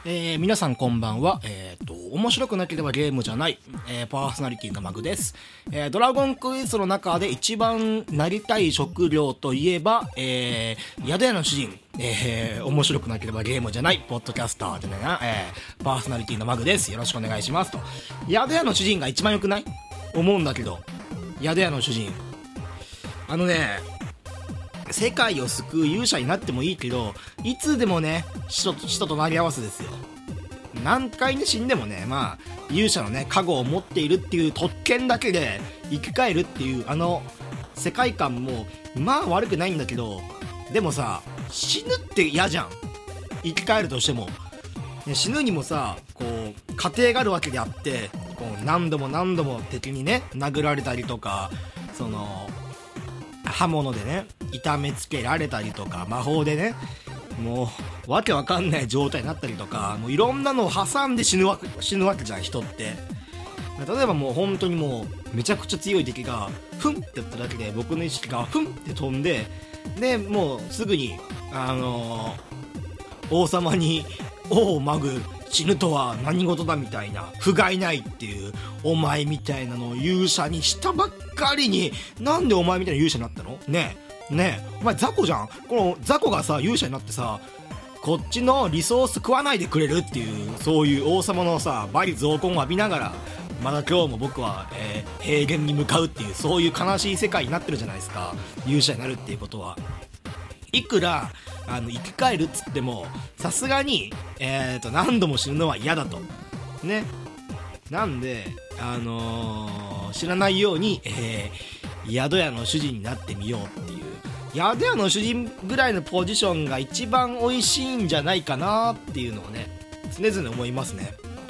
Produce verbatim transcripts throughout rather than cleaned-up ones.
えー、皆さんこんばんは。えーと、面白くなければゲームじゃない、えー、パーソナリティのマグです。えー、ドラゴンクエストの中で一番なりたい職業といえば、えー、宿屋の主人、えー、面白くなければゲームじゃない、ポッドキャスターでね、えー、パーソナリティのマグです。よろしくお願いしますと。宿屋の主人が一番良くない思うんだけど、宿屋の主人。あのね、世界を救う勇者になってもいいけど、いつでもね、人と人となり合わせですよ。何回ね死んでもね、まあ勇者のね加護を持っているっていう特権だけで生き返るっていうあの世界観もまあ悪くないんだけど、でもさ、死ぬって嫌じゃん。生き返るとしても、ね、死ぬにもさ、こう過程があるわけであって、こう何度も何度も敵にね殴られたりとか、その刃物でね痛めつけられたりとか、魔法でねもうわけわかんない状態になったりとか、もういろんなのを挟んで死ぬわけ死ぬわけじゃん、人って。例えばもう本当にもうめちゃくちゃ強い敵がフンってやっただけで僕の意識がフンって飛んで、でもうすぐにあのー、王様に「おうマグ、死ぬとは何事だ」みたいな、不甲斐ないっていうお前みたいなのを勇者にしたばっかりに、なんでお前みたいな勇者になったのねえねえ、お前雑魚じゃん。この雑魚がさ勇者になってさ、こっちのリソース食わないでくれるっていう、そういう王様のさ罵詈雑言を浴びながら、まだ今日も僕は、えー、平原に向かうっていう、そういう悲しい世界になってるじゃないですか、勇者になるっていうことは。いくらあの生き返るっつってもさすがに、えー、と何度も死ぬのは嫌だとね。なんであのー、知らないように、えー、宿屋の主人になってみようっていう、宿屋の主人ぐらいのポジションが一番美味しいんじゃないかなっていうのをね常々思いますね。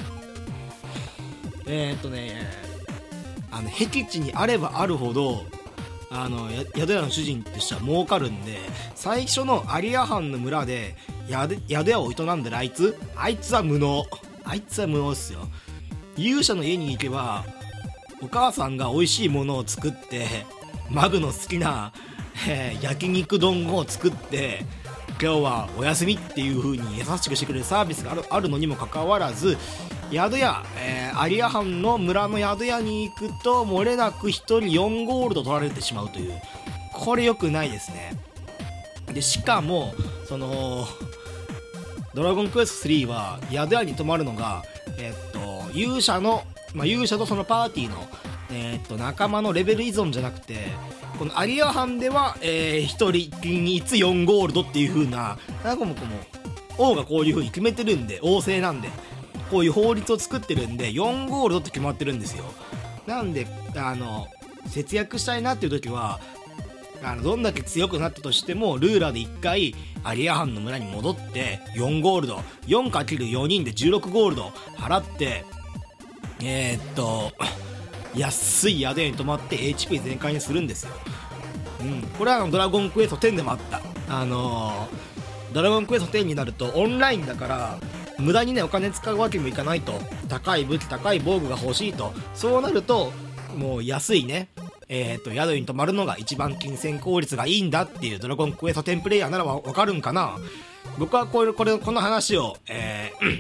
えー、っとねあの僻地にあればあるほどあの宿屋の主人って人は儲かるんで、最初のアリア藩の村で宿屋を営んでるあいつあいつは無能あいつは無能っすよ。勇者の家に行けばお母さんが美味しいものを作って、マグの好きな、えー、焼肉丼を作って、今日はお休みっていう風に優しくしてくれるサービスがある、あるのにもかかわらず、宿屋、えー、アリア藩の村の宿屋に行くと漏れなくひとりよんゴールド取られてしまうという、これ良くないですね。でしかもそのドラゴンクエストスリーは宿屋に泊まるのが、えー、っと勇者の、まあ、勇者とそのパーティーの、えー、っと仲間のレベル依存じゃなくて、このアリア藩では、えー、ひとりにいつよんゴールドっていう風な、なんかもこも王がこういう風に決めてるんで、王政なんでこういう法律を作ってるんでよんゴールドって決まってるんですよ。なんであの節約したいなっていう時は、あのどんだけ強くなったとしてもルーラーでいっかいアリア藩の村に戻ってよんゴールド よんかけるよにんでじゅうろくゴールド払って、えー、っと安い宿屋に泊まって エイチピー 全開にするんですよ。うん、これはあのドラゴンクエストテンでもあった。あのー、ドラゴンクエストテンになるとオンラインだから無駄にねお金使うわけにもいかないと、高い武器高い防具が欲しいと、そうなるともう安いねえー、と宿に泊まるのが一番金銭効率がいいんだっていう、ドラゴンクエストテンプレイヤーならわかるんかな。僕はこれこれこの話を、えー、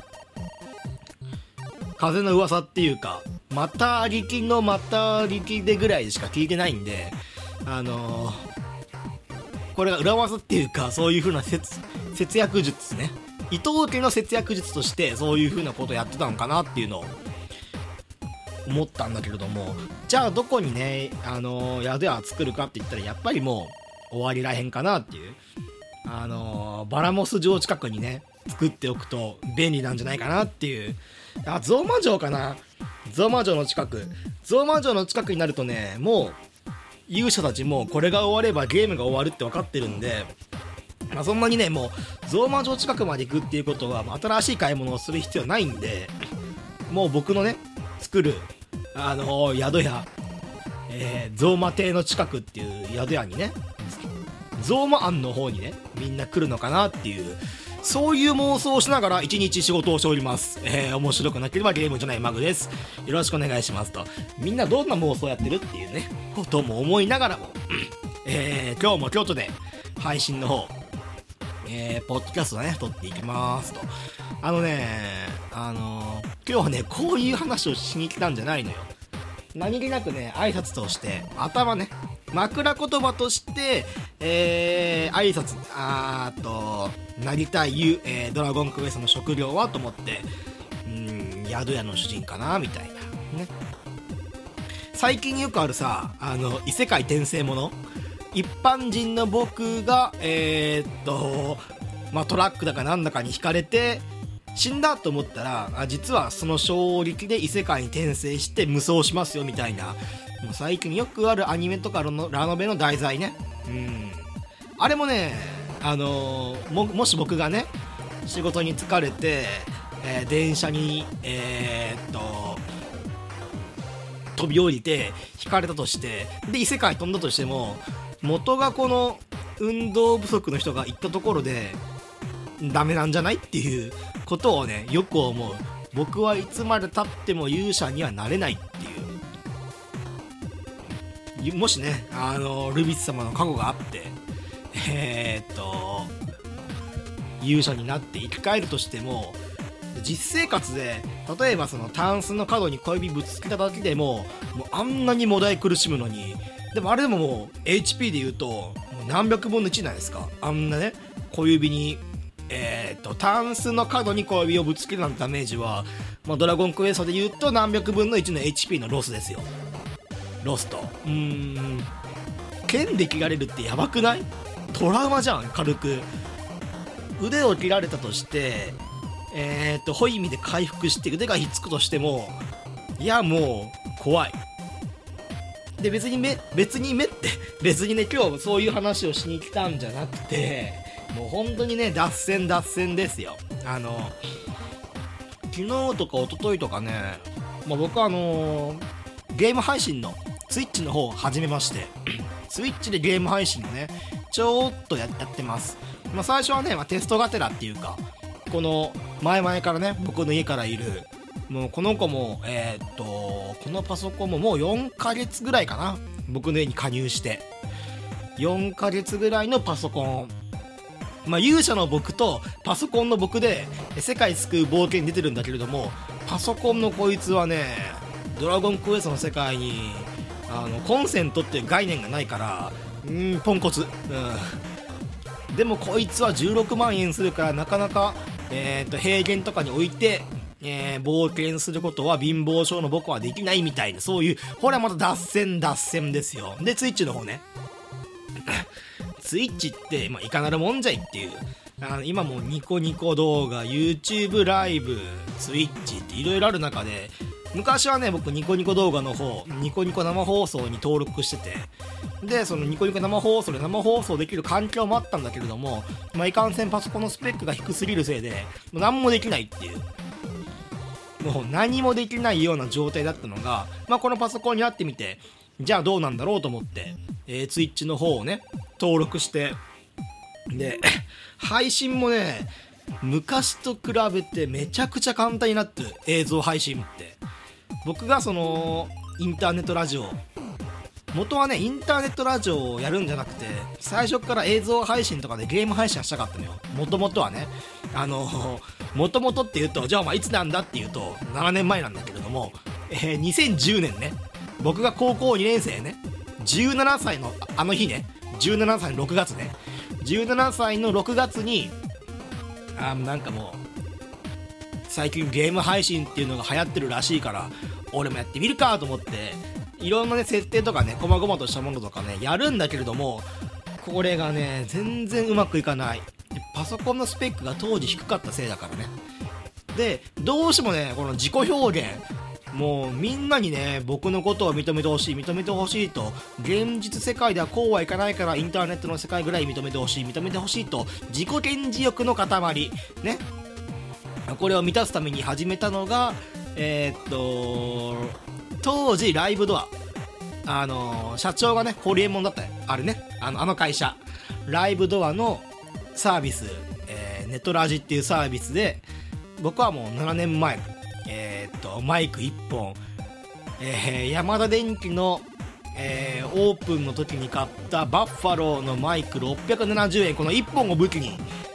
風の噂っていうかまたありきのまたありきでぐらいでしか聞いてないんで、あのー、これが裏技っていうか、そういう風な 節, 節約術ですね。伊藤家の節約術としてそういう風なことをやってたのかなっていうのを思ったんだけれども、じゃあどこにねあのー、宿屋作るかって言ったら、やっぱりもう終わりらへんかなっていう、あのー、バラモス城近くにね作っておくと便利なんじゃないかなっていう。あ、ゾーマ城かな。ゾーマ城の近くゾーマ城の近くになるとね、もう勇者たちもこれが終わればゲームが終わるって分かってるんで、まあ、そんなにねもうゾーマ城近くまで行くっていうことは、新しい買い物をする必要ないんで、もう僕のね作るあのー、宿屋、えー、ゾーマ邸の近くっていう宿屋にね、ゾーマ庵の方にねみんな来るのかなっていう、そういう妄想をしながら一日仕事をしております。えー、面白くなければゲームじゃないマグです。よろしくお願いしますと。みんなどんな妄想やってるっていうねことも思いながらも、えー、今日も京都で配信の方えー、ポッドキャストをね撮っていきますと。あのねあのー、今日はねこういう話をしに来たんじゃないのよ。何気なくね挨拶として頭ね枕言葉として、えー、挨拶あーとなりたい、えー、ドラゴンクエストの職業はと思って、うーん宿屋の主人かなみたいなね。最近よくあるさ、あの異世界転生もの、一般人の僕がえー、っとまあトラックだかなんだかにひかれて死んだと思ったら、あ実はその衝撃で異世界に転生して無双しますよみたいな、もう最近よくあるアニメとかのラノベの題材ね。うんあれもね、あのー、も, もし僕がね仕事に疲れて、えー、電車にえー、っと飛び降りて引かれたとして、で異世界飛んだとしても、元がこの運動不足の人が行ったところでダメなんじゃないっていうことをねよく思う。僕はいつまで経っても勇者にはなれないっていう。もしねあのルビス様の過去があってえー、っと勇者になって生き返るとしても、実生活で例えばそのタンスの角に小指ぶつけただけでももうあんなにもだえ苦しむのに、でもあれでももう エイチピー で言うともう何百分のいちじゃないですか。あんなね小指にえー、とタンスの角に小指をぶつけるなんてダメージは、まあ、ドラゴンクエストで言うと何百分のいちの エイチピー のロスですよ。ロストうーん剣で切られるってやばくない？トラウマじゃん。軽く腕を切られたとしてえー、とホイミで回復して腕がひっつくとしても、いやもう怖い。で別に目別に目って別にね今日そういう話をしに来たんじゃなくて、もう本当にね脱線脱線ですよ。あの昨日とか一昨日とかね、まあ、僕はあのー、ゲーム配信のスイッチの方を始めましてスイッチでゲーム配信をねちょっと や, やってます。まあ、最初はね、まあ、テストがてらっていうか、この前々からね僕の家からいるもうこの子もえー、っとこのパソコンももうよんかげつぐらいかな、僕の家に加入してよんかげつぐらいのパソコン、まあ、勇者の僕とパソコンの僕で世界救う冒険に出てるんだけれども、パソコンのこいつはねドラゴンクエストの世界にあのコンセントっていう概念がないからうーんポンコツ、うん、でもこいつはじゅうろくまんえんするからなかなか、えー、と平原とかに置いて、えー、冒険することは貧乏症の僕はできないみたいな、そういうほらまた脱線脱線ですよ。でツイッチの方ねスイッチって、まあ、いかなるもんじゃいっていう、あの今もうニコニコ動画 YouTube ライブスイッチっていろいろある中で、昔はね僕ニコニコ動画の方ニコニコ生放送に登録してて、でそのニコニコ生放送で生放送できる環境もあったんだけれども、まあ、いかんせんパソコンのスペックが低すぎるせいでもう何もできないっていう、もう何もできないような状態だったのが、まあ、このパソコンになってみてじゃあどうなんだろうと思って、えー、ツイッチの方をね登録して、で配信もね昔と比べてめちゃくちゃ簡単になってる。映像配信って僕がそのインターネットラジオ、元はねインターネットラジオをやるんじゃなくて最初から映像配信とかでゲーム配信したかったのよ。もともとはねあのもともとっていうとじゃあお前いつなんだっていうとななねんまえなんだけれども、えー、にせんじゅうねんね、僕が高校にねん生ね、じゅうななさいのあの日ね、じゅうななさいのろくがつね、じゅうななさいのろくがつにあなんかもう最近ゲーム配信っていうのが流行ってるらしいから俺もやってみるかと思っていろんなね設定とかね細々としたものとかねやるんだけれども、これがね全然うまくいかない。パソコンのスペックが当時低かったせいだからね。でどうしてもねこの自己表現、もうみんなにね僕のことを認めてほしい認めてほしいと、現実世界ではこうはいかないからインターネットの世界ぐらい認めてほしい認めてほしいと、自己顕示欲の塊ね、これを満たすために始めたのがえー、っと当時ライブドア、あのー、社長がねホリエモンだったね、あれね、あのあの会社ライブドアのサービス、えー、ネトラジっていうサービスで僕はもうななねんまええー、っとマイクいっぽん、えー、ヤマダ電機の、えー、オープンの時に買ったバッファローのマイクろっぴゃくななじゅうえん、このいっぽんを武器に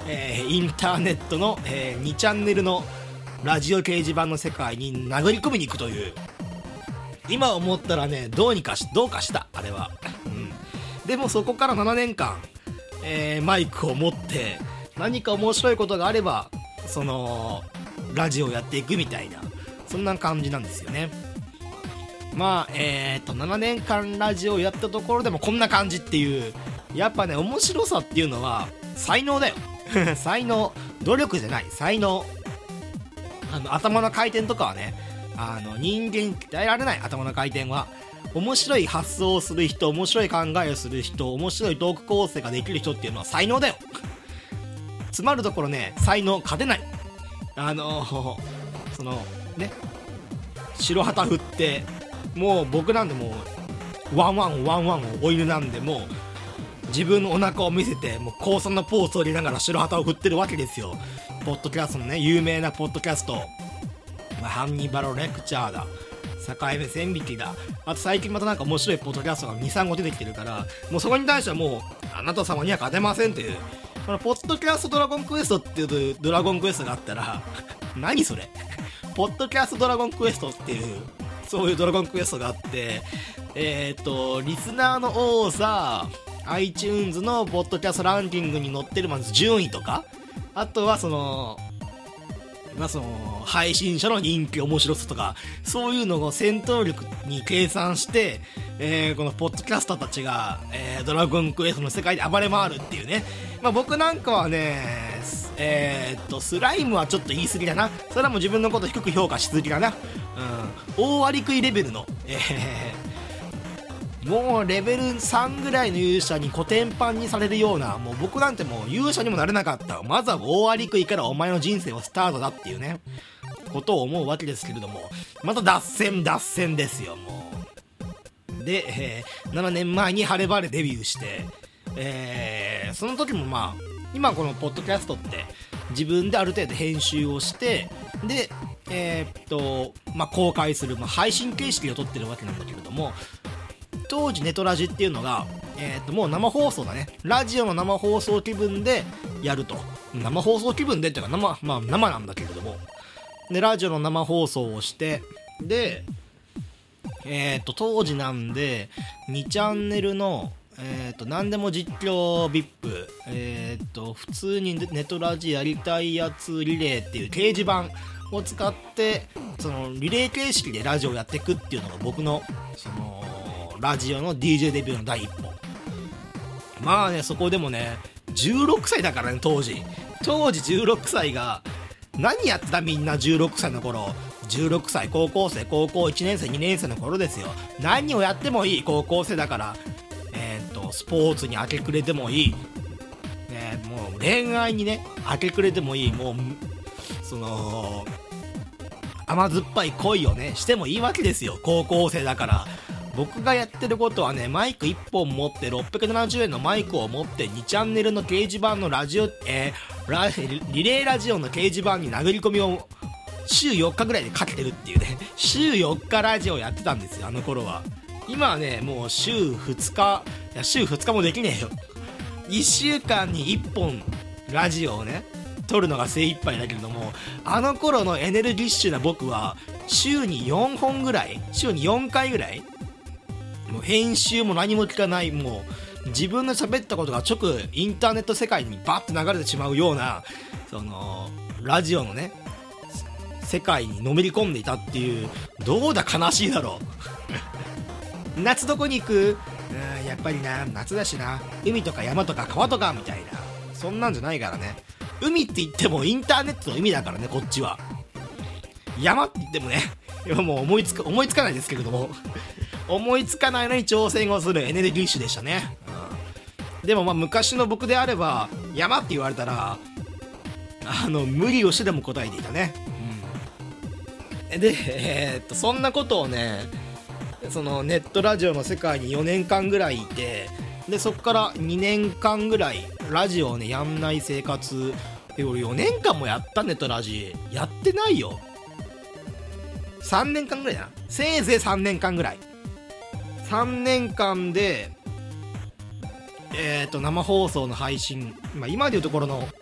えー、インターネットの、えー、にチャンネルのラジオ掲示板の世界に殴り込みに行くという、今思ったらね、どうにかしどうかしたあれは、うん、でもそこからななねんかん、えー、マイクを持って何か面白いことがあればそのラジオをやっていくみたいな、そんな感じなんですよね。まあえーとななねんかんラジオをやったところでもこんな感じっていう、やっぱね面白さっていうのは才能だよ才能、努力じゃない、才能。あの頭の回転とかはね、あの人間に鍛えられない。頭の回転は面白い発想をする人、面白い考えをする人、面白いトーク構成ができる人っていうのは才能だよつまるところね、才能勝てない。あのー、そのね白旗振って、もう僕なんでもうワンワンワンワンをお犬なんで、もう自分のお腹を見せてもう高三のポーズを入れながら白旗を振ってるわけですよ。ポッドキャストのね、有名なポッドキャスト、まあ、ハンニバルレクチャーだ、境目線引きだ、あと最近またなんか面白いポッドキャストが にさん 個出てきてるから、もうそこに対してはもうあなた様には勝てませんっていう、このポッドキャストドラゴンクエストっていうドラゴンクエストがあったら何それポッドキャストドラゴンクエストっていう、そういうドラゴンクエストがあって、えっとリスナーの多さ、 iTunes のポッドキャストランキングに載ってるまず順位とか、あとはそのまあその配信者の人気、面白さとか、そういうのを戦闘力に計算して、えー、このポッドキャスターたちが、えー、ドラゴンクエストの世界で暴れ回るっていうね。まあ僕なんかはね、えー、っとスライムはちょっと言い過ぎだな。それはもう自分のこと低く評価しすぎだな。うん、大割り食いレベルの、えーもうレベルさんぐらいの勇者にコテンパンにされるような、もう僕なんてもう勇者にもなれなかった。まずは大割り食いからお前の人生はスタートだっていうね、ことを思うわけですけれども、また脱線脱線ですよ、もう。で、えー、ななねんまえに晴れ晴れデビューして、えー、その時もまあ、今このポッドキャストって自分である程度編集をして、で、えー、っと、まあ公開する、まあ、配信形式を取ってるわけなんだけれども、当時ネトラジっていうのが、えー、ともう生放送だね、ラジオの生放送気分でやると、生放送気分でっていうか生、まあ、生なんだけれども、でラジオの生放送をして、で、えー、と当時なんでにチャンネルの、えー、と何でも実況 ブイアイピー、えー、と普通にネトラジやりたいやつリレーっていう掲示板を使って、そのリレー形式でラジオをやっていくっていうのが僕のそのラジオの ディージェー デビューの第一歩。まあね、そこでもねじゅうろくさいだからね、当時当時じゅうろくさいが何やってた、みんなじゅうろくさいの頃、じゅうろくさい高校生、高校いちねん生にねん生の頃ですよ。何をやってもいい、高校生だから、えー、っとスポーツに明け暮れてもいい、ね、もう恋愛にね明け暮れてもいい、もうその甘酸っぱい恋をねしてもいいわけですよ、高校生だから。僕がやってることはね、マイクいっぽん持ってろっぴゃくななじゅうえんのマイクを持ってにチャンネルの掲示板のラジオ、えー、ラリレーラジオの掲示板に殴り込みを週よっかぐらいでかけてるっていうね週よっかラジオやってたんですよ、あの頃は。今はねもう週ふつか、いや週ふつかもできねえよいっしゅうかんにいっぽんラジオをね撮るのが精一杯だけれども、あの頃のエネルギッシュな僕は週によんほんぐらい、週によんかいぐらい、もう編集も何も聞かない、もう自分の喋ったことが直インターネット世界にバッと流れてしまうような、そのラジオのね世界にのめり込んでいたっていう、どうだ悲しいだろう夏どこに行く、うん、やっぱりな夏だしな、海とか山とか川とかみたいな、そんなんじゃないからね。海って言ってもインターネットの海だからね、こっちは。山って言ってもね、今もう思いつか思いつかないですけれども思いつかないのに挑戦をするエネルギッシュでしたね、うん、でもまあ昔の僕であれば山って言われたらあの無理をしてでも答えていたね、うん、で、えー、っとそんなことをね、そのネットラジオの世界によねんかんぐらいいて、でそっからにねんかんぐらいラジオをねやんない生活。俺よねんかんもやった、ネットラジやってないよ、さんねんかんぐらいだな、せいぜいさんねんかんぐらい、さんねんかんでえーと生放送の配信、まあ、今でいうところの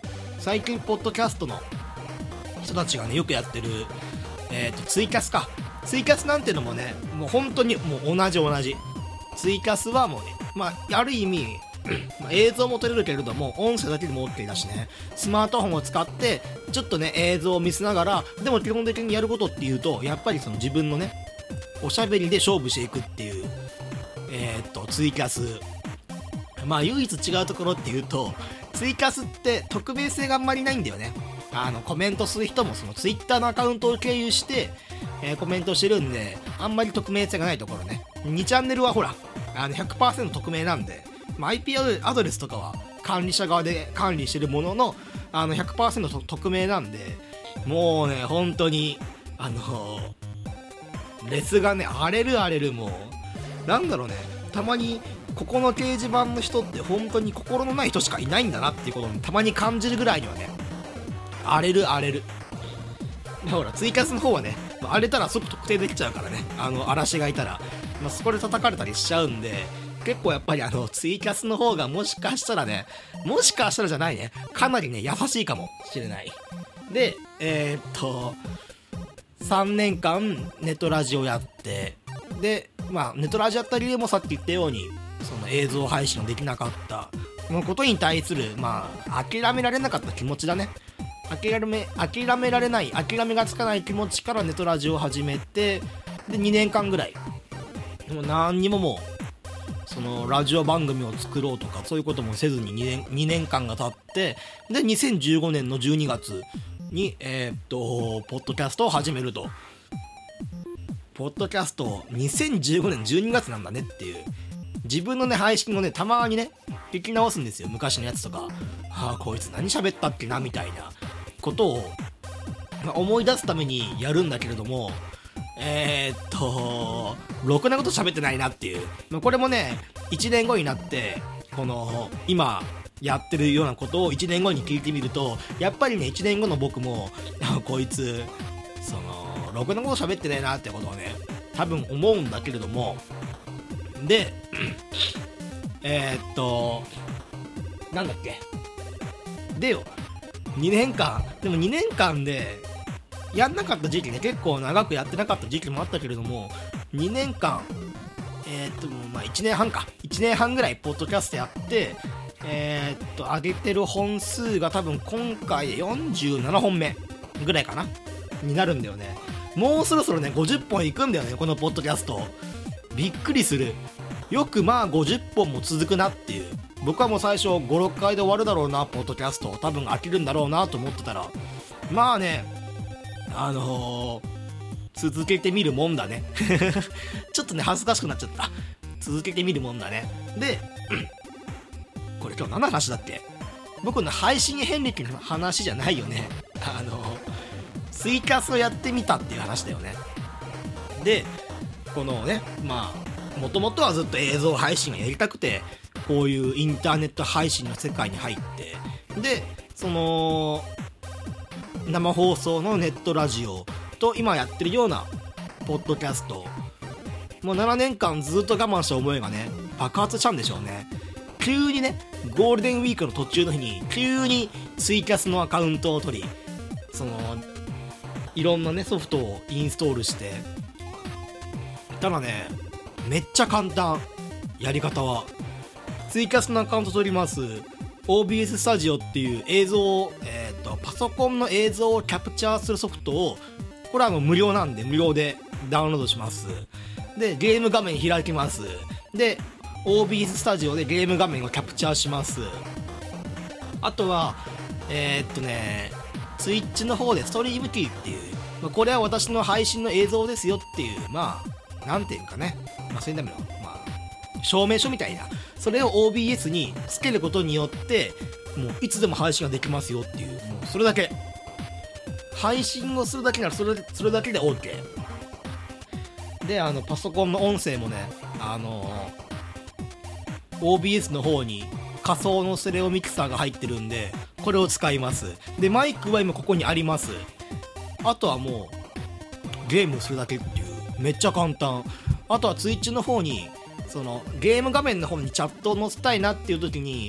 最近ポッドキャストの人たちがねよくやってる、えーとツイキャスかツイキャスなんてのもねもう本当にもう同じ同じツイキャスはもうねまあある意味まあ映像も撮れるけれども音声だけでも OK だしね、スマートフォンを使ってちょっとね映像を見せながら、でも基本的にやることっていうとやっぱりその自分のねおしゃべりで勝負していくっていうえー、っとツイキャス、まあ唯一違うところっていうとツイキャスって匿名性があんまりないんだよね。あのコメントする人もそのツイッターのアカウントを経由して、えー、コメントしてるんであんまり匿名性がないところね。にチャンネルはほらあの ひゃくパーセント 匿名なんで、まあ、アイピー アドレスとかは管理者側で管理してるものの、あの ひゃくパーセント 匿名なんで、もうね本当にあのー、レスがね荒れる荒れる、もうなんだろうね、たまにここの掲示板の人って本当に心のない人しかいないんだなっていうことをたまに感じるぐらいにはね荒れる荒れる。ほらツイキャスの方はね荒れたら即特定できちゃうからね、あの嵐がいたら、まあ、そこで叩かれたりしちゃうんで、結構やっぱりあのツイキャスの方がもしかしたらねもしかしたらじゃないねかなりね優しいかもしれない。でえー、っとさんねんかんネットラジオやって、でまあネットラジオやった理由もさっき言ったようにその映像配信をできなかったこのことに対するまあ諦められなかった気持ちだね。諦め諦められない諦めがつかない気持ちからネットラジオを始めて、でにねんかんぐらいでも何にももうそのラジオ番組を作ろうとかそういうこともせずに2年、にねんかんが経って、でにせんじゅうごねんのじゅうにがつにえー、っとポッドキャストを始めると。ポッドキャストにせんじゅうごねんじゅうにがつなんだねっていう、自分のね配信をねたまにね聞き直すんですよ、昔のやつとか。はあこいつ何喋ったっけなみたいなことを、まあ、思い出すためにやるんだけれども、えー、っとろくなこと喋ってないなっていう、まあ、これもねいちねんごになってこの今やってるようなことをいちねんごに聞いてみると、やっぱりねいちねんごの僕もこいつそのろくなこと喋ってないなってことをね多分思うんだけれども、でえー、っとなんだっけでよにねんかんでもにねんかんでやんなかった時期ね結構長くやってなかった時期もあったけれども、にねんかんえー、っとまあいちねんはんかいちねんはんぐらいポッドキャストやって、えー、っと上げてる本数が多分今回でよんじゅうななほんめぐらいかなになるんだよね。もうそろそろねごじゅっぽんいくんだよねこのポッドキャスト。びっくりする。よくまあごじゅっぽんも続くなっていう。僕はもう最初ご、ろっかいで終わるだろうなポッドキャスト、多分飽きるんだろうなと思ってたら、まあねあのー、続けてみるもんだねちょっとね恥ずかしくなっちゃった。続けてみるもんだね。でこれ今日何の話だっけ。僕の配信遍歴の話じゃないよね。あのー、ツイキャスをやってみたっていう話だよね。でこのねまあもともとはずっと映像配信がやりたくてこういうインターネット配信の世界に入って、でその生放送のネットラジオと今やってるようなポッドキャスト、もうななねんかんずっと我慢した思いがね爆発したんでしょうね。急にねゴールデンウィークの途中の日に急にツイキャスのアカウントを取り、そのいろんなねソフトをインストールして、ただねめっちゃ簡単。やり方はツイキャスのアカウント取ります。 オービーエス スタジオっていう映像を、えーと、パソコンの映像をキャプチャーするソフトを、これはもう無料なんで無料でダウンロードします。でゲーム画面開きます。で オービーエス スタジオでゲーム画面をキャプチャーします。あとはえー、っとねツイッチの方でストリームキーっていう、まあ、これは私の配信の映像ですよっていう、まあなんていうかね、まあそういうための、まあ、証明書みたいな、それを オービーエス につけることによってもういつでも配信ができますよっていう、もうそれだけ配信をするだけならそれそれだけで OK で、あのパソコンの音声もねあの オービーエス の方に仮想のステレオミキサーが入ってるんでこれを使います。でマイクは今ここにあります。あとはもうゲームするだけっていう、めっちゃ簡単。あとはツイッチの方にそのゲーム画面の方にチャットを載せたいなっていう時に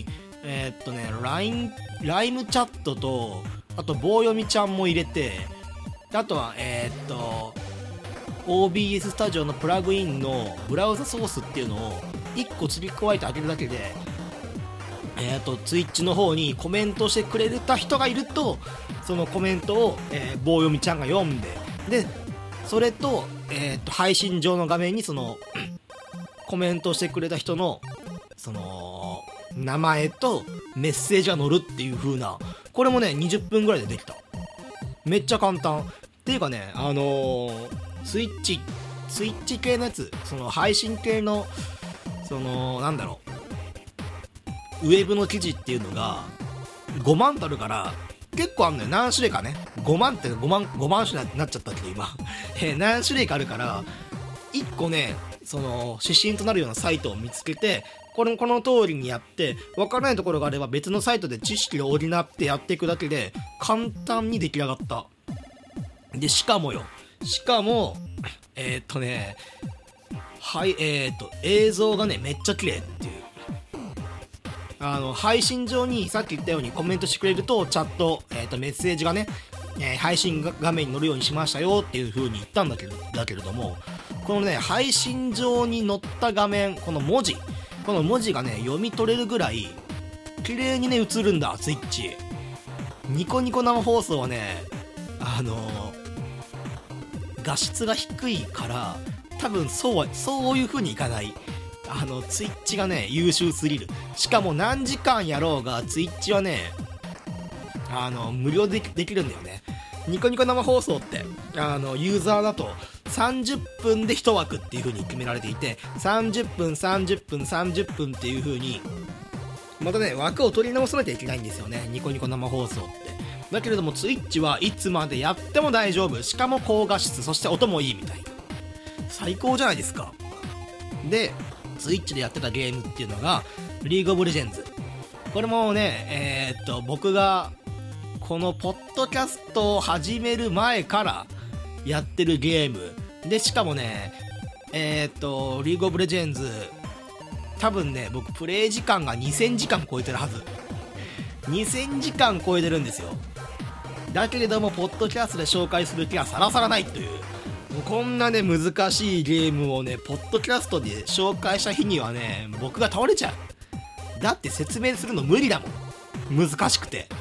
えー、っとね ライン ライムチャットとあと棒読みちゃんも入れて、あとはえー、っと オービーエス スタジオのプラグインのブラウザソースっていうのをいっこ付け加えてあげるだけで、えー、と Twitch の方にコメントしてくれた人がいると、そのコメントを、えー、棒読みちゃんが読んで、でそれと、えー、と配信上の画面にそのコメントしてくれた人のその名前とメッセージが載るっていう風な、これもねにじゅっぷんぐらいでできた。めっちゃ簡単っていうかね、あのー、スイッチスイッチ系のやつ、その配信系のそのなんだろうウェブの記事っていうのがごまんとあるから結構あんのよ。何種類かね、ごまんってごまんごまん種類になっちゃったけど今えー、何種類かあるからいっこね、その指針となるようなサイトを見つけて、このこの通りにやって、分からないところがあれば別のサイトで知識を補ってやっていくだけで簡単に出来上がった。でしかもよしかもえー、っとねはいえー、っと映像がねめっちゃ綺麗っていう、あの配信上にさっき言ったようにコメントしてくれるとチャット、えー、とメッセージがね、えー、配信画面に載るようにしましたよっていう風に言ったんだけどだけれども、このね配信上に載った画面、この文字この文字がね読み取れるぐらい綺麗にね映るんだ。スイッチニコニコ生放送はね、あのー、画質が低いから多分そうはそういう風にいかない。あのツイッチがね優秀すぎる。しかも何時間やろうがツイッチはねあの無料で できるんだよね。ニコニコ生放送ってあのユーザーだとさんじゅっぷんでいち枠っていう風に決められていて、さんじゅっぷんさんじゅっぷんさんじゅっぷんっていう風にまたね枠を取り直さなきゃいけないんですよね、ニコニコ生放送って。だけれどもツイッチはいつまでやっても大丈夫、しかも高画質、そして音もいいみたいな、最高じゃないですか。でスイッチでやってたゲームっていうのがリーグオブレジェンズ。これもねえー、っと僕がこのポッドキャストを始める前からやってるゲームで、しかもねえー、っとリーグオブレジェンズ多分ね僕プレイ時間がにせんじかん超えてるはず。にせんじかん超えてるんですよ。だけれどもポッドキャストで紹介する気はさらさらないという、こんなね難しいゲームをねポッドキャストで紹介した日にはね僕が倒れちゃう。だって説明するの無理だもん、難しくて。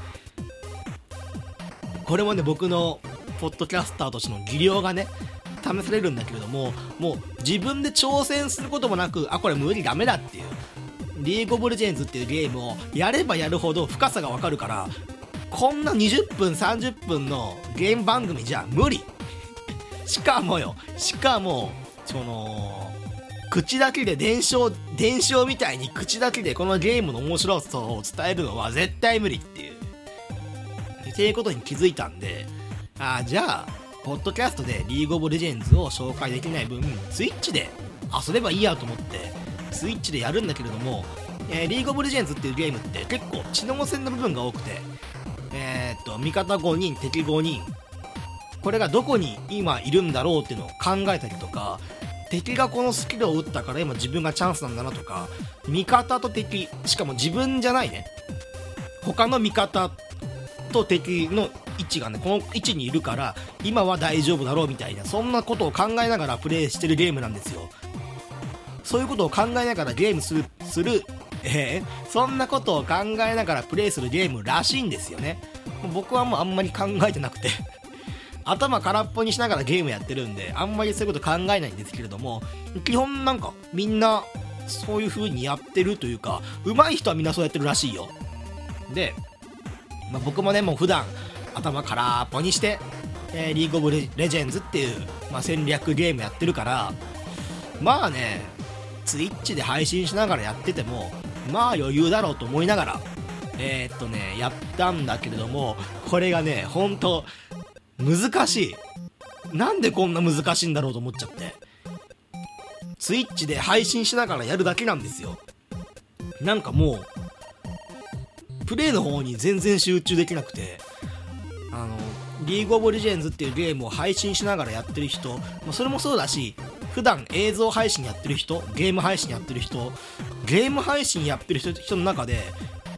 これもね僕のポッドキャスターとしての技量がね試されるんだけれども、もう自分で挑戦することもなく、あこれ無理ダメだっていう、リーグオブレジェンズっていうゲームをやればやるほど深さがわかるから、こんなにじゅっぷんさんじゅっぷんのゲーム番組じゃ無理。しかもよしかもその口だけで伝承伝承みたいに口だけでこのゲームの面白さを伝えるのは絶対無理っていうっていうことに気づいたんで、あじゃあポッドキャストでリーグオブレジェンズを紹介できない分スイッチで遊べばいいやと思ってスイッチでやるんだけれども、えー、リーグオブレジェンズっていうゲームって結構知能戦の部分が多くて、えー、っと味方ごにん敵ごにん、これがどこに今いるんだろうっていうのを考えたりとか、敵がこのスキルを打ったから今自分がチャンスなんだなとか、味方と敵、しかも自分じゃないね他の味方と敵の位置がねこの位置にいるから今は大丈夫だろうみたいな、そんなことを考えながらプレイしてるゲームなんですよ。そういうことを考えながらゲームするする、えー、そんなことを考えながらプレイするゲームらしいんですよね。僕はもうあんまり考えてなくて頭空っぽにしながらゲームやってるんであんまりそういうこと考えないんですけれども、基本なんかみんなそういう風にやってるというか、上手い人はみんなそうやってるらしいよ。で、まあ、僕もねもう普段頭空っぽにして、えー、リーグオブレジェンズっていう、まあ、戦略ゲームやってるから、まあねツイッチで配信しながらやっててもまあ余裕だろうと思いながらえー、っとねやったんだけれども、これがねほんと難しい。なんでこんな難しいんだろうと思っちゃって、ツイッチで配信しながらやるだけなんですよ。なんかもうプレイの方に全然集中できなくて、あのリーグオブレジェンズっていうゲームを配信しながらやってる人、それもそうだし普段映像配信やってる人、ゲーム配信やってる人、ゲーム配信やってる人の中で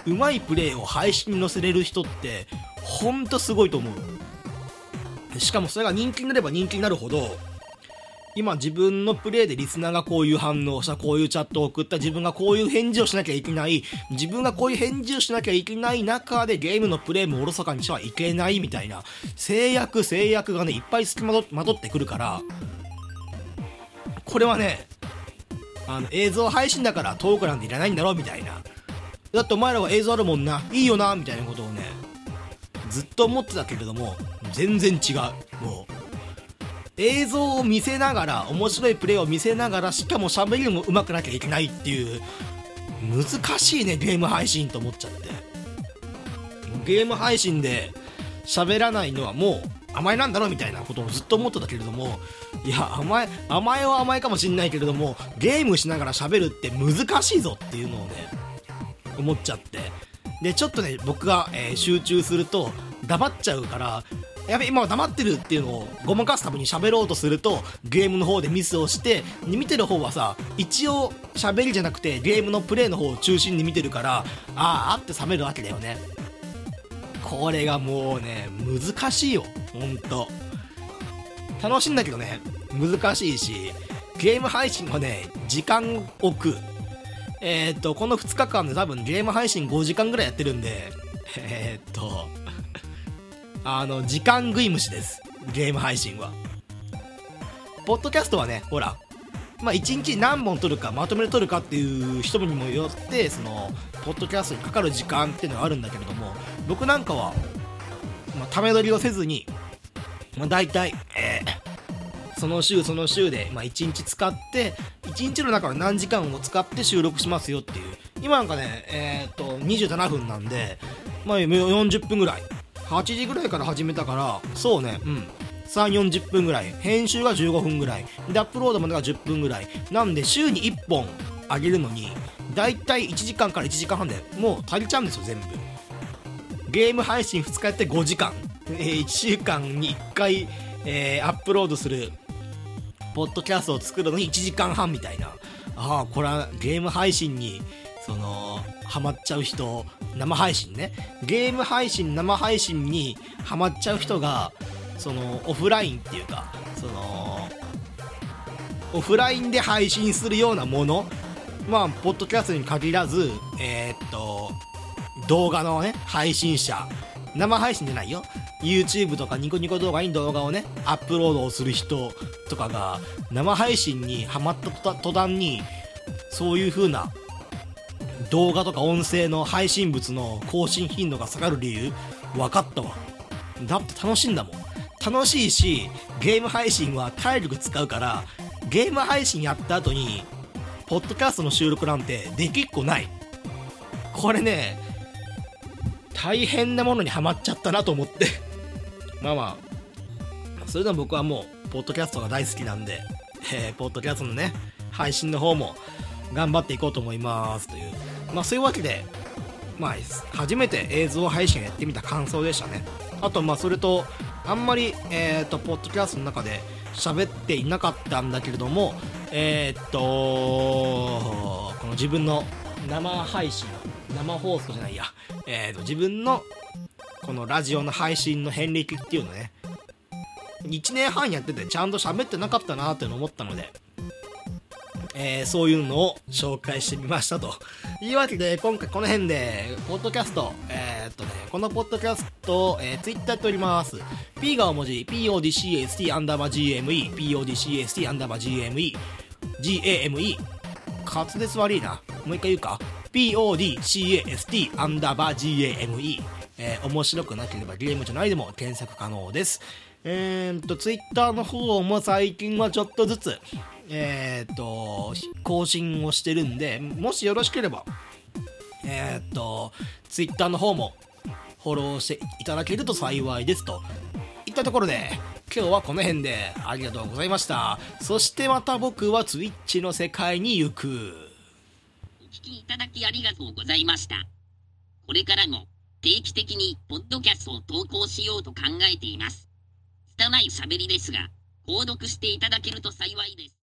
うまいプレーを配信に載せれる人ってほんとすごいと思う。しかもそれが人気になれば人気になるほど、今自分のプレイでリスナーがこういう反応をした、こういうチャットを送った、自分がこういう返事をしなきゃいけない、自分がこういう返事をしなきゃいけない中でゲームのプレイもおろそかにしてはいけないみたいな制約制約がねいっぱい付きまとまとってくるから、これはね、あの映像配信だからトークなんていらないんだろみたいな、だってお前らは映像あるもんないいよなみたいなことをねずっと思ってたけれども、全然違う。もう映像を見せながら、面白いプレーを見せながら、しかも喋りも上手くなきゃいけないっていう、難しいねゲーム配信と思っちゃって。ゲーム配信で喋らないのはもう甘えなんだろみたいなことをずっと思ってたけれども、いや甘え甘えは甘えかもしんないけれども、ゲームしながら喋るって難しいぞっていうのをね思っちゃって、でちょっとね僕が、えー集中すると黙っちゃうから、やべ今は黙ってるっていうのをごまかすために喋ろうとすると、ゲームの方でミスをして、見てる方はさ一応喋りじゃなくてゲームのプレイの方を中心に見てるから、あーあって冷めるわけだよね。これがもうね難しいよほんと。楽しいんだけどね難しいし、ゲーム配信はね時間置く。えーっとこのふつかかんで多分ゲーム配信ごじかんぐらいやってるんで、えーっとあの時間食い虫です、ゲーム配信は。ポッドキャストはねほら、まあいちにち何本撮るかまとめて撮るかっていう人にもよって、そのポッドキャストにかかる時間っていうのがあるんだけれども、僕なんかは、まあ、ため撮りをせずに、まあ、大体、えー、その週その週で、まあ、いちにち使って、いちにちの中の何時間を使って収録しますよっていう。今なんかねえー、っとにじゅうななふんなんで、まあ、よんじゅっぷんぐらい、はちじぐらいから始めたから、そうね、うんさんじゅう、よんじゅっぷんぐらい、編集がじゅうごふんぐらいで、アップロードまでがじゅっぷんぐらいなんで、週にいっぽん上げるのにだいたいいちじかんからいちじかんはんでもう足りちゃうんですよ全部。ゲーム配信ふつかやってごじかん、えー、いっしゅうかんにいっかい、えー、アップロードするポッドキャストを作るのにいちじかんはんみたいな。ああこれはゲーム配信にそのハマっちゃう人、生配信ね、ゲーム配信生配信にハマっちゃう人が、そのオフラインっていうか、そのオフラインで配信するようなもの、まあポッドキャストに限らず、えー、っと動画のね配信者、生配信じゃないよ、 YouTube とかニコニコ動画に動画をねアップロードをする人とかが生配信にハマった途端に、そういう風な動画とか音声の配信物の更新頻度が下がる理由分かったわ。だって楽しいんだもん。楽しいし、ゲーム配信は体力使うから、ゲーム配信やった後にポッドキャストの収録なんてできっこない。これね大変なものにハマっちゃったなと思ってまあまあそれでも僕はもうポッドキャストが大好きなんで、えー、ポッドキャストのね配信の方も頑張っていこうと思いますという、まあそういうわけで、まあ初めて映像配信をやってみた感想でしたね。あとまあそれとあんまりえっとポッドキャストの中で喋っていなかったんだけれども、えっとこの自分の生配信、生放送じゃないや、えっと自分のこのラジオの配信の遍歴っていうのね、いちねんはんやっててちゃんと喋ってなかったなーって思ったので、えー、そういうのを紹介してみましたというわけで、今回この辺でポッドキャスト、えー、っとねこのポッドキャスト、えー、ツイッターやっております。 P が大文字 ピーオーディーシーエスティー アンダーバー ジーエムイー ピーオーディーシーエスティー アンダーバー ジーエムイー ジーエーエムイー 滑舌悪いな、もう一回言うか。 ピーオーディーシーエーエスティー アンダーバー ジーエーエムイー、えー、面白くなければゲームじゃないでも検索可能です。えー、っとツイッターの方も最近はちょっとずつえー、っと更新をしてるんで、もしよろしければえー、っとツイッターの方もフォローしていただけると幸いですといったところで、今日はこの辺でありがとうございました。そしてまた僕はツイッチの世界に行く。 お聞きいただきありがとうございました。これからも定期的にポッドキャストを投稿しようと考えています。拙い喋りですが購読していただけると幸いです。